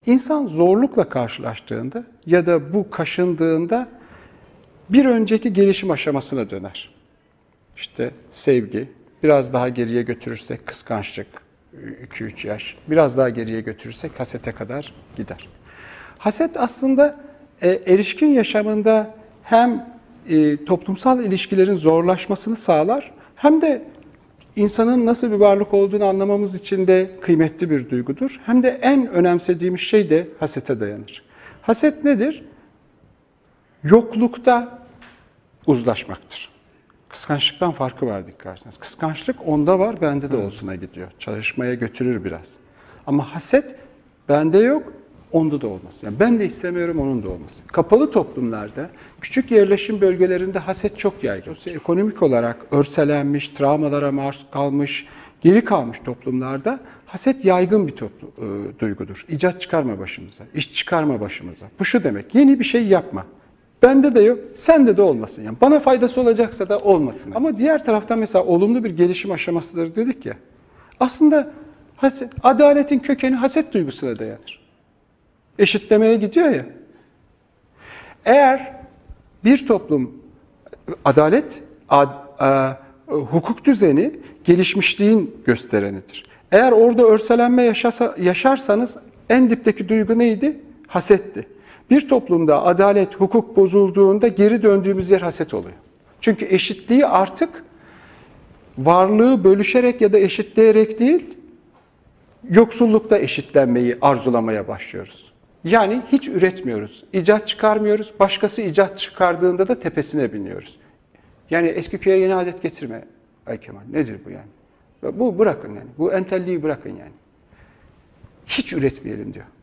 İnsan zorlukla karşılaştığında ya da bu kaşındığında bir önceki gelişim aşamasına döner. İşte sevgi, biraz daha geriye götürürsek kıskançlık, 2-3 yaş, biraz daha geriye götürürsek hasete kadar gider. Haset aslında erişkin yaşamında hem toplumsal ilişkilerin zorlaşmasını sağlar hem de insanın nasıl bir varlık olduğunu anlamamız için de kıymetli bir duygudur. Hem de en önemsediğimiz şey de hasete dayanır. Haset nedir? Yoklukta uzlaşmaktır. Kıskançlıktan farkı var, dikkat ederseniz. Kıskançlık onda var, bende de olsuna gidiyor. Çalışmaya götürür biraz. Ama haset bende yok, onda da olmasın. Yani ben de istemiyorum, onun da olmasın. Kapalı toplumlarda, küçük yerleşim bölgelerinde haset çok yaygın. Ekonomik olarak örselenmiş, travmalara maruz kalmış, geri kalmış toplumlarda haset yaygın bir duygudur. İcat çıkarma başımıza, iş çıkarma başımıza. Bu şu demek, yeni bir şey yapma. Bende de yok, sende de olmasın. Yani bana faydası olacaksa da olmasın. Ama diğer taraftan mesela olumlu bir gelişim aşamasıdır dedik ya. Aslında adaletin kökeni haset duygusuna dayanır. Eşitlemeye gidiyor ya. Eğer bir toplum hukuk düzeni gelişmişliğin gösterenidir. Eğer orada örselenme yaşarsanız en dipteki duygu neydi? Hasetti. Bir toplumda adalet, hukuk bozulduğunda geri döndüğümüz yer haset oluyor. Çünkü eşitliği artık varlığı bölüşerek ya da eşitleyerek değil, yoksullukta eşitlenmeyi arzulamaya başlıyoruz. Yani hiç üretmiyoruz, icat çıkarmıyoruz, başkası icat çıkardığında da tepesine biniyoruz. Yani eski köye yeni adet getirme Ay Kemal. Nedir bu yani? Bu bırakın yani. Bu entelliği bırakın yani. Hiç üretmeyelim diyor.